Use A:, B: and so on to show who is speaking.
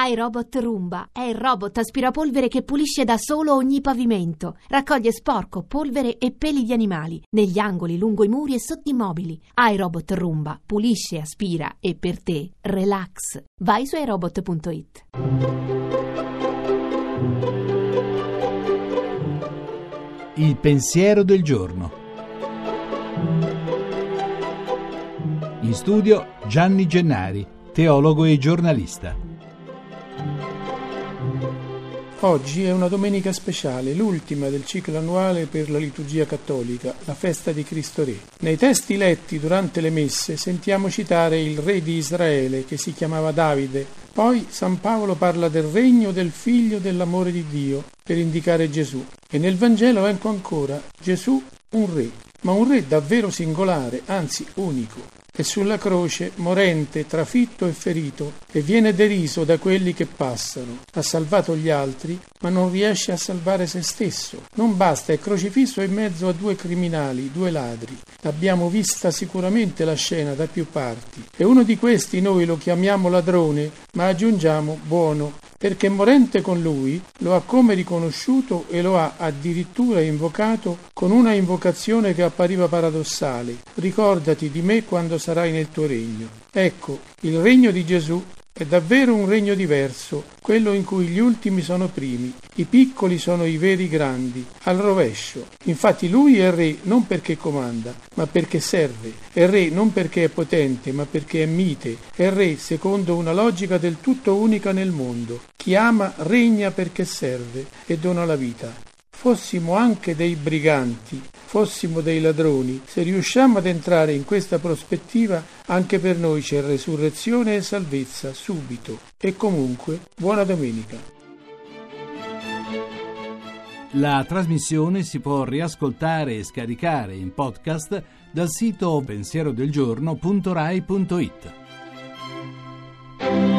A: iRobot Roomba è il robot aspirapolvere che pulisce da solo ogni pavimento. Raccoglie sporco, polvere e peli di animali negli angoli, lungo i muri e sotto i mobili. iRobot Roomba pulisce, aspira e per te relax. Vai su iRobot.it.
B: Il pensiero del giorno. In studio Gianni Gennari, teologo e giornalista.
C: Oggi è una domenica speciale, l'ultima del ciclo annuale per la liturgia cattolica, la festa di Cristo Re. Nei testi letti durante le messe sentiamo citare il re di Israele che si chiamava Davide. Poi San Paolo parla del regno del figlio dell'amore di Dio per indicare Gesù. E nel Vangelo ecco ancora Gesù un re, ma un re davvero singolare, anzi unico. È sulla croce, morente, trafitto e ferito, e viene deriso da quelli che passano. Ha salvato gli altri, ma non riesce a salvare se stesso. Non basta, è crocifisso in mezzo a due criminali, due ladri. L'abbiamo vista sicuramente la scena da più parti. E uno di questi noi lo chiamiamo ladrone, ma aggiungiamo buono, perché morente con lui lo ha come riconosciuto e lo ha addirittura invocato con una invocazione che appariva paradossale: ricordati di me quando sarai nel tuo regno. Ecco, il regno di Gesù è davvero un regno diverso, quello in cui gli ultimi sono primi, i piccoli sono i veri grandi, al rovescio. Infatti lui è re non perché comanda, ma perché serve. È re non perché è potente, ma perché è mite. È re secondo una logica del tutto unica nel mondo. Chi ama regna perché serve e dona la vita. Fossimo anche dei briganti, fossimo dei ladroni, se riusciamo ad entrare in questa prospettiva, anche per noi c'è resurrezione e salvezza subito. E comunque, buona domenica.
B: La trasmissione si può riascoltare e scaricare in podcast dal sito pensierodelgiorno.rai.it.